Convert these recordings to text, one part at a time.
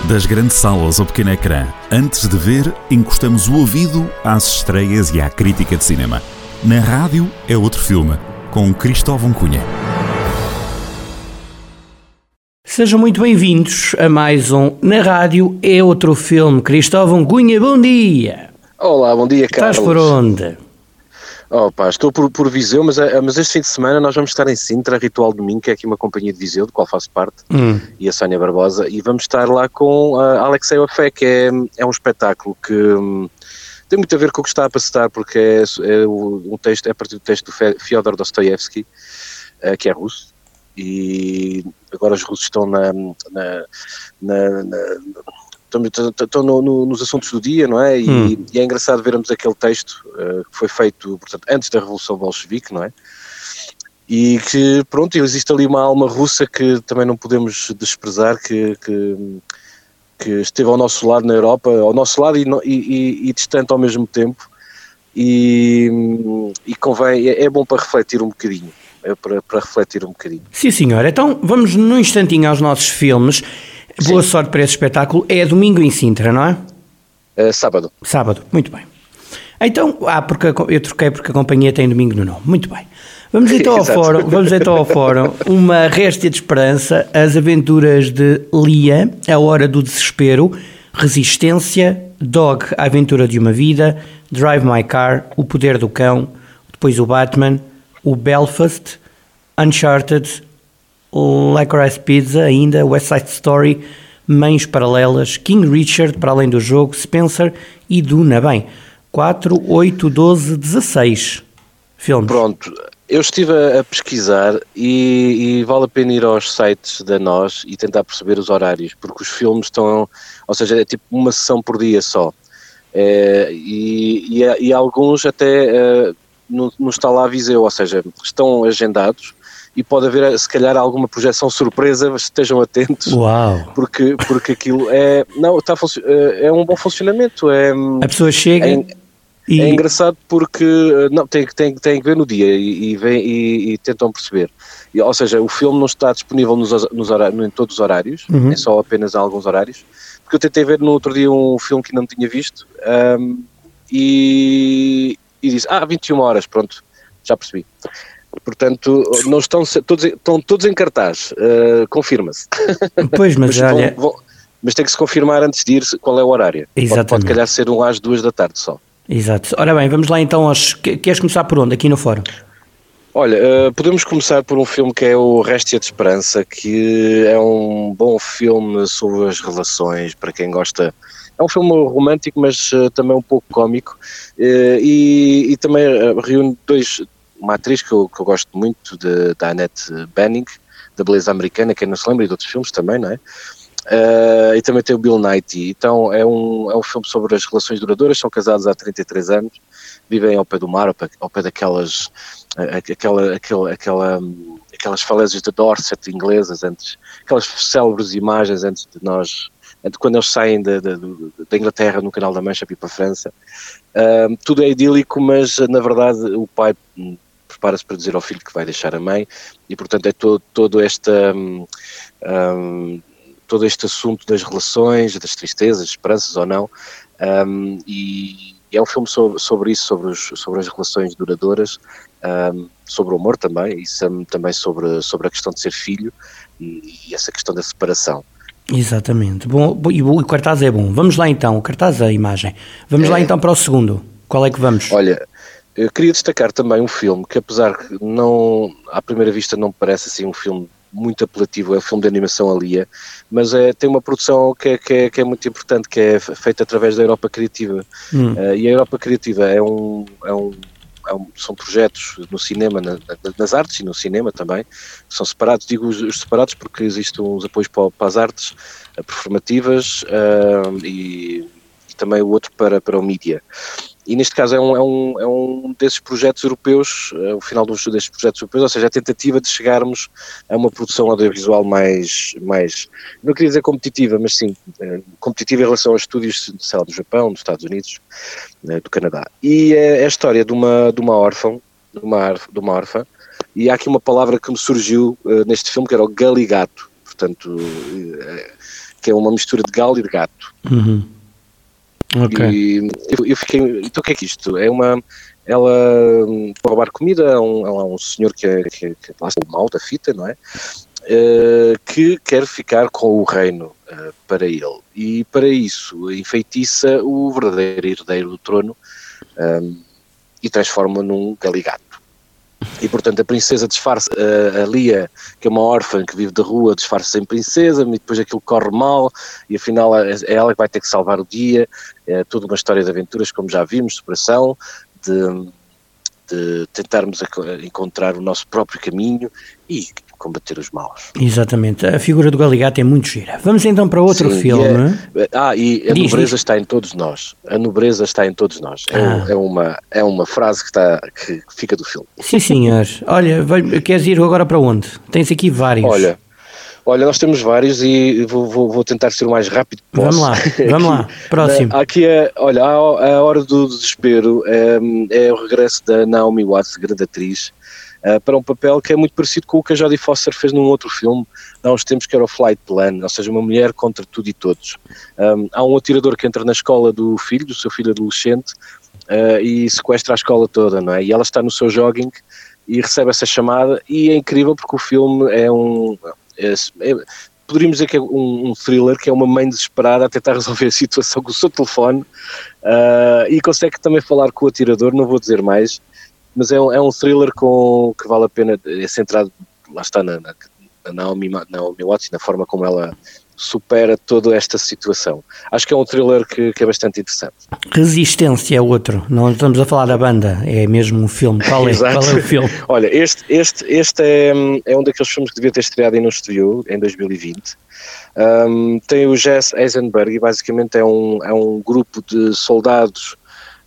Das grandes salas ao pequeno ecrã, antes de ver, encostamos o ouvido às estreias e à crítica de cinema. Na rádio é outro filme, com Cristóvão Cunha. Sejam muito bem-vindos a mais um Na Rádio é outro filme. Cristóvão Cunha, bom dia! Olá, bom dia, Carlos. Estás por onde? Estou por Viseu, mas este fim de semana nós vamos estar em Sintra, Ritual Domingo, que é aqui uma companhia de Viseu, de qual faço parte, e a Sónia Barbosa, e vamos estar lá com a Alexei Afé, que é um espetáculo que tem muito a ver com o que está a passar, porque um texto, é a partir do texto do Fyodor Dostoiévski, que é russo, e agora os russos estão estão nos assuntos do dia, não é? E é engraçado vermos aquele texto que foi feito, portanto, antes da Revolução Bolchevique, não é? E que, pronto, existe ali uma alma russa que também não podemos desprezar, que esteve ao nosso lado na Europa, ao nosso lado e distante ao mesmo tempo, e convém, é bom para refletir um bocadinho. Para refletir um bocadinho. Sim, senhor. Então vamos num instantinho aos nossos filmes. Sim. Boa sorte para esse espetáculo. É domingo em Sintra, não é? Sábado. Sábado, muito bem. Então, porque eu troquei porque a companhia tem domingo no nome. Muito bem. Vamos então ao fórum. Uma réstia de esperança, as aventuras de Lia, A Hora do Desespero, Resistência, Dog, A Aventura de uma Vida, Drive My Car, O Poder do Cão, depois o Batman, o Belfast, Uncharted, Licorice Pizza, ainda West Side Story, Mães Paralelas, King Richard, Para Além do Jogo, Spencer e Duna. Bem, 4, 8, 12, 16 filmes. Pronto, eu estive a pesquisar e vale a pena ir aos sites da NOS e tentar perceber os horários, porque os filmes estão, ou seja, é tipo uma sessão por dia só, e alguns até não está lá a Viseu, ou seja, estão agendados e pode haver se calhar alguma projeção surpresa, estejam atentos. Uau. porque aquilo é um bom funcionamento, a pessoa chega é engraçado porque não, tem que ver no dia e tentam perceber, ou seja, o filme não está disponível em todos os horários, é só apenas em alguns horários, porque eu tentei ver no outro dia um filme que não tinha visto, e disse, 21 horas, pronto, já percebi. Portanto, não estão todos em cartaz, confirma-se. Pois, mas olha... mas tem que se confirmar antes de ir qual é o horário. Exatamente. Pode calhar ser às 2 da tarde só. Exato. Ora bem, vamos lá então Queres começar por onde, aqui no fórum? Olha, podemos começar por um filme que é o Réstia de Esperança, que é um bom filme sobre as relações, para quem gosta. É um filme romântico, mas também um pouco cómico, e também reúne uma atriz que eu gosto muito, da Annette Bening, da Beleza Americana, quem não se lembra, e de outros filmes também, não é? E também tem o Bill Nighy. Então é um filme sobre as relações duradouras, são casados há 33 anos, vivem ao pé do mar, ao pé daquelas aquelas falésias de Dorset inglesas, aquelas célebres imagens antes de quando eles saem da Inglaterra no Canal da Mancha para ir para a França. Tudo é idílico, mas na verdade o pai prepara-se para dizer ao filho que vai deixar a mãe, e portanto é todo este assunto das relações, das tristezas, das esperanças ou não, e é um filme sobre isso, sobre as relações duradouras, sobre o amor também, e também sobre a questão de ser filho e essa questão da separação. Exatamente. Bom, e o cartaz é bom. Vamos lá então, o cartaz, a imagem. Vamos lá então para o segundo. Qual é que vamos? Olha, eu queria destacar também um filme que, apesar que à primeira vista não me parece assim um filme muito apelativo, é o filme de animação A Lia, mas tem uma produção que é muito importante, que é feita através da Europa Criativa. E a Europa Criativa são projetos no cinema, nas artes e no cinema também, são separados, digo os separados porque existem uns apoios para as artes performativas, e também o outro para o mídia. E neste caso é um desses projetos europeus, o final desses projetos europeus, ou seja, a tentativa de chegarmos a uma produção audiovisual mais não queria dizer competitiva, mas sim, competitiva em relação aos estúdios, sei lá, do Japão, dos Estados Unidos, do Canadá. E é a história de uma órfã, e há aqui uma palavra que me surgiu neste filme, que era o galigato, portanto, que é uma mistura de galo e de gato. Ok. E eu fiquei, então o que é que isto? Ela para roubar comida há um senhor que lá está o mal da fita, não é? Que quer ficar com o reino para ele, e para isso enfeitiça o verdadeiro herdeiro do trono e transforma num galigato. E portanto a princesa disfarça, a Lia, que é uma órfã que vive da rua, disfarça-se em princesa, e depois aquilo corre mal e afinal é ela que vai ter que salvar o dia. É toda uma história de aventuras, como já vimos, de superação, de tentarmos encontrar o nosso próprio caminho e combater os maus. Exatamente, a figura do galigato é muito gira. Vamos então para outro filme. E a nobreza está em todos nós. A nobreza está em todos nós. É uma frase que fica do filme. Sim, senhor. Olha, queres ir agora para onde? Tens aqui vários. Olha, nós temos vários e vou tentar ser o mais rápido que posso. Vamos lá. Próximo. Aqui a Hora do Desespero é o regresso da Naomi Watts, grande atriz, para um papel que é muito parecido com o que a Jodie Foster fez num outro filme há uns tempos, que era o Flight Plan, ou seja, uma mulher contra tudo e todos. Há um atirador que entra na escola do seu filho adolescente, e sequestra a escola toda, não é? E ela está no seu jogging e recebe essa chamada, e é incrível porque o filme poderíamos dizer que é um thriller, que é uma mãe desesperada a tentar resolver a situação com o seu telefone, e consegue também falar com o atirador. Não vou dizer mais, mas é um thriller que vale a pena, é centrado, lá está, na Naomi Watts, na forma como ela supera toda esta situação. Acho que é um thriller que é bastante interessante. Resistência é outro, não estamos a falar da banda, é mesmo um filme. Qual é o filme? Olha, este é um daqueles filmes que devia ter estreado e não estreou, em 2020. Tem o Jesse Eisenberg e basicamente é um grupo de soldados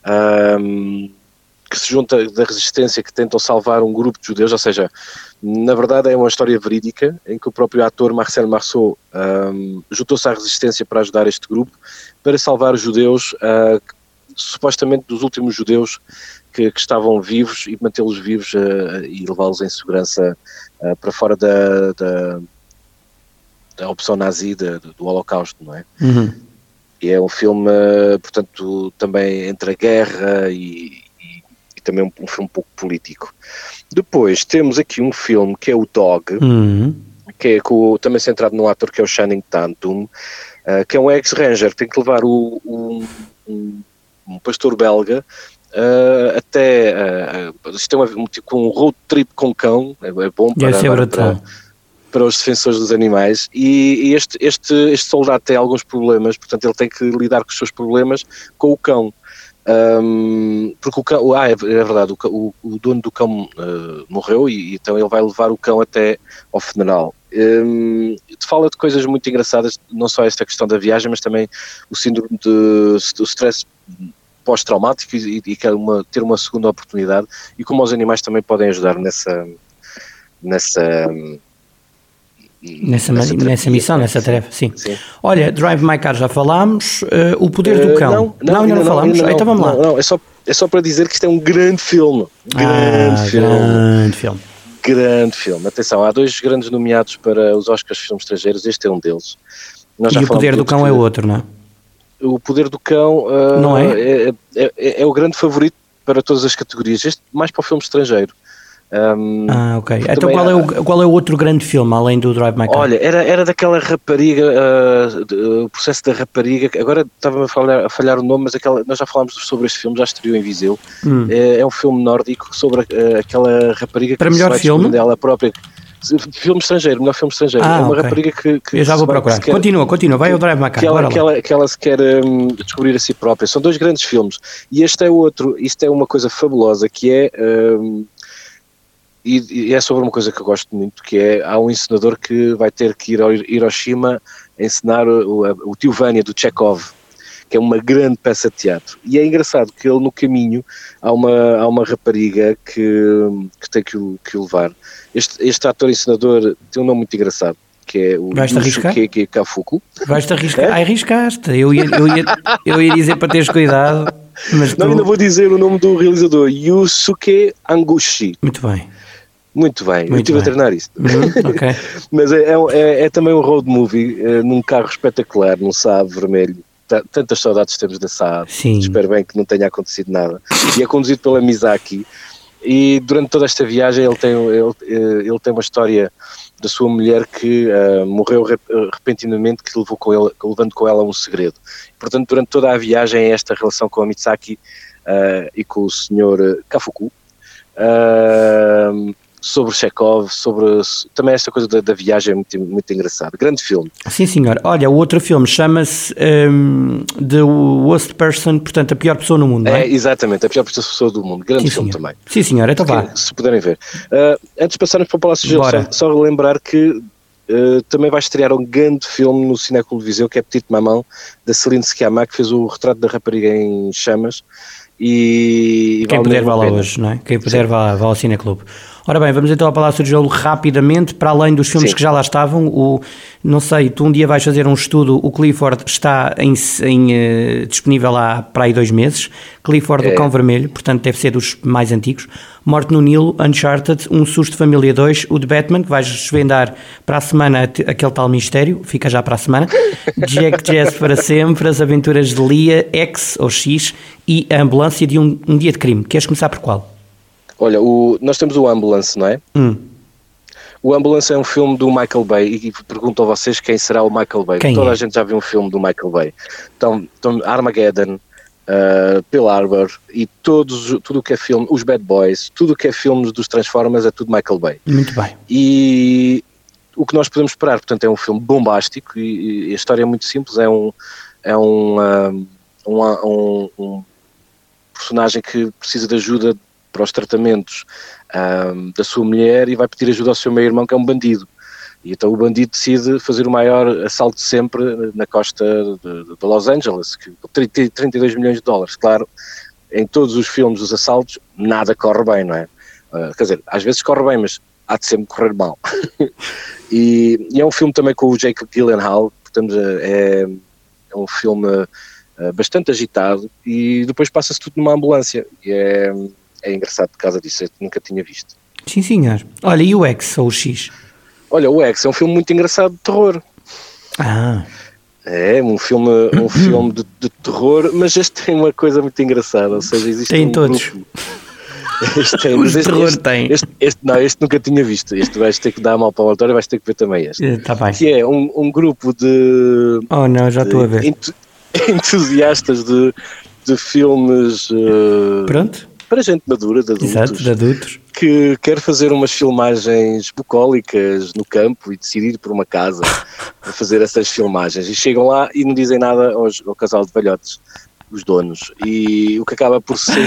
que se junta da resistência, que tentam salvar um grupo de judeus, ou seja, na verdade é uma história verídica, em que o próprio ator Marcel Marceau juntou-se à resistência para ajudar este grupo, para salvar os judeus, supostamente dos últimos judeus que estavam vivos, e mantê-los vivos e levá-los em segurança para fora da opção nazi do Holocausto, não é? E é um filme, portanto, também entre a guerra e também um filme um pouco político. Depois temos aqui um filme que é o Dog, que é também centrado num ator que é o Channing Tatum, que é um ex-ranger, tem que levar um pastor belga até isto é um road trip com cão, é bom para os defensores dos animais, e este soldado tem alguns problemas, portanto ele tem que lidar com os seus problemas com o cão. Porque o cão, é verdade, o dono do cão morreu, e então ele vai levar o cão até ao funeral. Fala de coisas muito engraçadas, não só esta questão da viagem, mas também o síndrome do stress pós-traumático e ter uma segunda oportunidade, e como os animais também podem ajudar nessa missão, nessa tarefa, sim. Olha, Drive My Car já falámos, O Poder do Cão. Ainda não falámos? Então vamos lá. Não, é só para dizer que isto é um grande filme. Grande filme. Atenção, há 2 grandes nomeados para os Oscars de filmes estrangeiros, este é um deles. E O Poder do Cão é outro, não é? O Poder do Cão não é o grande favorito para todas as categorias, este mais para o filme estrangeiro. Ok. Então qual é o outro grande filme, além do Drive My Car? Olha, era daquela rapariga, o processo da rapariga, agora estava-me a falhar o nome, mas nós já falámos sobre este filme, já estreou em Viseu. É um filme nórdico sobre aquela rapariga para melhor filme dela própria. Filme estrangeiro, melhor filme estrangeiro. É uma rapariga que eu já vou procurar. Continua, vai ao Drive My Car. Que ela se quer descobrir a si própria. São 2 grandes filmes. E este é outro, isto é uma coisa fabulosa, que é... E é sobre uma coisa que eu gosto muito, que é, há um encenador que vai ter que ir ao Hiroshima encenar o Tio Vânia, do Chekhov, que é uma grande peça de teatro. E é engraçado que ele, no caminho, há uma rapariga que tem que o levar. Este ator encenador tem um nome muito engraçado, que é o Yusuke Kafuku. Vais-te arriscar? Arriscaste. Eu ia dizer para teres cuidado. Mas ainda vou dizer o nome do realizador, Yusuke Anguchi. Muito bem. Muito bem, eu estive a treinar isso. Okay. Mas é também um road movie, num carro espetacular, num Saab vermelho. Tantas saudades temos da Saab. Sim. Espero bem que não tenha acontecido nada. E é conduzido pela Miyazaki. E durante toda esta viagem ele tem uma história da sua mulher que morreu repentinamente, que levando com ela um segredo. Portanto, durante toda a viagem é esta relação com a Miyazaki e com o Sr. Kafuku, sobre Chekhov, também esta coisa da viagem é muito, muito engraçada. Grande filme. Sim, senhor. Olha, o outro filme chama-se The Worst Person, portanto, a pior pessoa no mundo, não é? Exatamente, a pior pessoa do mundo. Grande filme também. Sim, senhor. Então vá. Se puderem ver. Antes de passarmos para o Palácio Gelo, só lembrar que também vai estrear um grande filme no Cinéclube de Viseu, que é Petite Maman, da Céline Sciamma, que fez o Retrato da Rapariga em Chamas. E quem puder vá lá hoje, não é? Quem puder vá ao Cineclube. Ora bem, vamos então ao Palácio de Gelo rapidamente, para além dos filmes que já lá estavam. Não sei, tu um dia vais fazer um estudo, o Clifford está disponível há para aí 2 meses, Clifford do Cão Vermelho, portanto deve ser dos mais antigos, Morte no Nilo, Uncharted, Um Susto de Família 2, o The Batman, que vais desvendar para a semana aquele tal mistério, fica já para a semana, Jack Jazz para sempre, As Aventuras de Lia, X ou X e A Ambulância de um Dia de Crime. Queres começar por qual? Olha, nós temos o Ambulance, não é? O Ambulance é um filme do Michael Bay e pergunto a vocês quem será o Michael Bay. Toda a gente já viu um filme do Michael Bay. Então Armageddon, Pearl Harbor e tudo o que é filme, os Bad Boys, tudo o que é filmes dos Transformers é tudo Michael Bay. Muito bem. E o que nós podemos esperar, portanto, é um filme bombástico e a história é muito simples, é um personagem que precisa de ajuda para os tratamentos da sua mulher e vai pedir ajuda ao seu meio-irmão, que é um bandido. E então o bandido decide fazer o maior assalto de sempre na costa de Los Angeles, que 32 milhões de dólares. Claro, em todos os filmes dos assaltos, nada corre bem, não é? Quer dizer, às vezes corre bem, mas há de sempre correr mal. e é um filme também com o Jake Gyllenhaal, portanto é um filme bastante agitado e depois passa-se tudo numa ambulância e é engraçado por causa disso, eu nunca tinha visto. Sim, senhor. Olha, e o X ou o X? Olha, o X é um filme muito engraçado de terror. É um filme de terror, mas este tem uma coisa muito engraçada, ou seja, existe tem todos. Grupo. Este nunca tinha visto. Este vais ter que dar mal para o autor e vais ter que ver também este. Tá bem. Que é um grupo de... Oh não, já estou a ver. Entusiastas de filmes... Pronto. Para gente madura, de adultos. Exato, de adultos. Que quer fazer umas filmagens bucólicas no campo e decidir por uma casa a fazer essas filmagens. E chegam lá e não dizem nada ao casal de velhotes, os donos. E o que acaba por ser...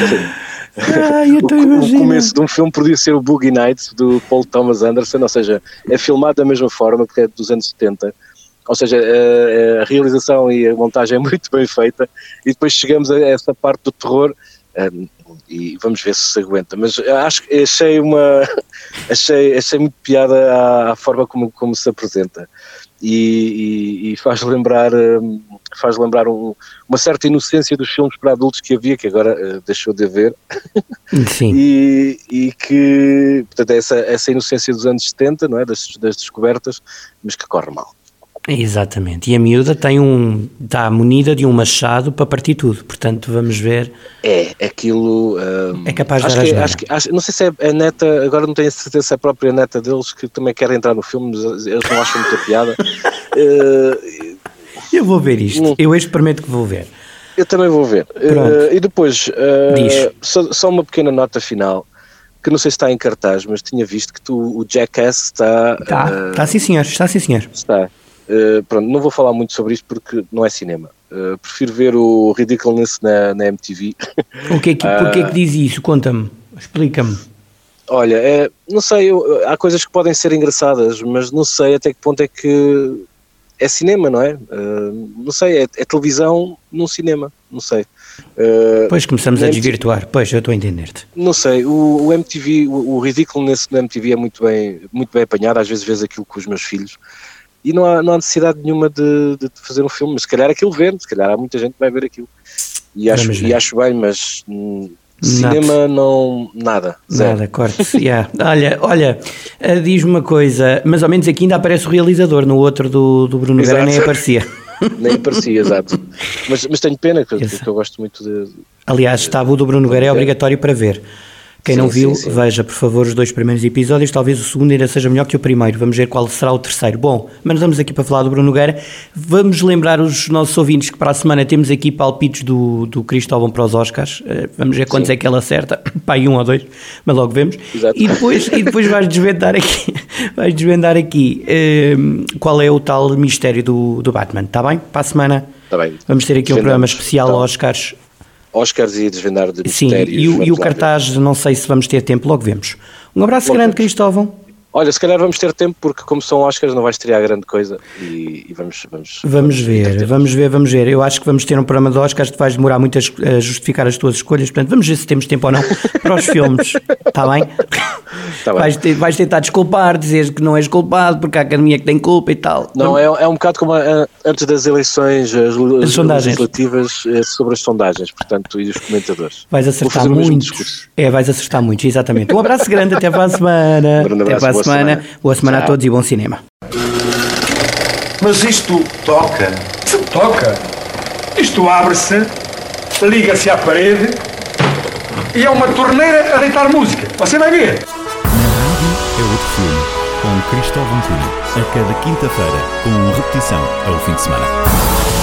o começo de um filme podia ser o Boogie Nights, do Paul Thomas Anderson, ou seja, é filmado da mesma forma, porque é dos anos 70. Ou seja, a realização e a montagem é muito bem feita. E depois chegamos a essa parte do terror... e vamos ver se aguenta, mas acho que achei muito piada à forma como se apresenta e faz lembrar uma certa inocência dos filmes para adultos que havia, que agora deixou de haver. Sim. e que, portanto, é essa inocência dos anos 70, não é? das descobertas, mas que corre mal. Exatamente, e a miúda está munida de um machado para partir tudo, portanto vamos ver. Aquilo... é capaz de dar não sei se é a neta, agora não tenho certeza se é a própria neta deles que também quer entrar no filme, mas eles não acham muita piada. Eu vou ver isto, eu prometo que vou ver. Eu também vou ver. E depois, só uma pequena nota final, que não sei se está em cartaz, mas tinha visto que o Jackass está... Está sim senhor, Está. Pronto, não vou falar muito sobre isto porque não é cinema. Prefiro ver o Ridiculousness na MTV. Porquê que diz isso? Conta-me, explica-me. Olha, não sei, há coisas que podem ser engraçadas, mas não sei até que ponto é que é cinema, não é? Não sei, é televisão num cinema, não sei. Pois começamos a desvirtuar, pois eu estou a entender-te. Não sei, o MTV, o Ridiculousness na MTV é muito bem apanhado, às vezes vês aquilo com os meus filhos. E não há necessidade nenhuma de fazer um filme, mas se calhar aquilo vende, se calhar há muita gente que vai ver aquilo. E acho bem, mas Cinema não... Nada. Zero. Nada, corte. Yeah. Olha, diz-me uma coisa, mas ao menos aqui ainda aparece o realizador, no outro do Bruno Nogueira nem aparecia. Nem aparecia, exato. Mas tenho pena, porque eu gosto muito de... Aliás, está o do Bruno Nogueira, é obrigatório para ver. Quem não viu, veja, por favor, os 2 primeiros episódios. Talvez o segundo ainda seja melhor que o primeiro. Vamos ver qual será o terceiro. Bom, mas estamos aqui para falar do Bruno Nogueira. Vamos lembrar os nossos ouvintes que para a semana temos aqui palpites do Cristóvão para os Oscars. Vamos ver quantos é que ele acerta. Pá, 1 ou 2, mas logo vemos. Exato. E depois vais desvendar aqui qual é o tal mistério do Batman. Está bem? Para a semana vamos ter aqui um programa especial então, Oscars e desvendar de mistérios. Sim, e o cartaz, não sei se vamos ter tempo, logo vemos. Um abraço grande, Cristóvão. Olha, se calhar vamos ter tempo, porque como são Oscars não vai estrear grande coisa e vamos ver. Eu acho que vamos ter um programa de Oscars que vais demorar muito a justificar as tuas escolhas, portanto vamos ver se temos tempo ou não para os filmes, está bem? Tá bem. Vais tentar desculpar, dizer que não és culpado porque a Academia que tem culpa e tal. Não, é um bocado como antes das eleições as legislativas sobre as sondagens, portanto, e os comentadores. Vais acertar muito. Vais acertar muito, exatamente. Um abraço grande, até para a semana. Até para a semana. Boa semana a todos e bom cinema. Mas isto toca. Se toca. Isto abre-se, liga-se à parede e é uma torneira a deitar música. Você vai ver. Na rádio é outro filme, com Cristóvão Cunha. A cada quinta-feira, com repetição ao fim de semana.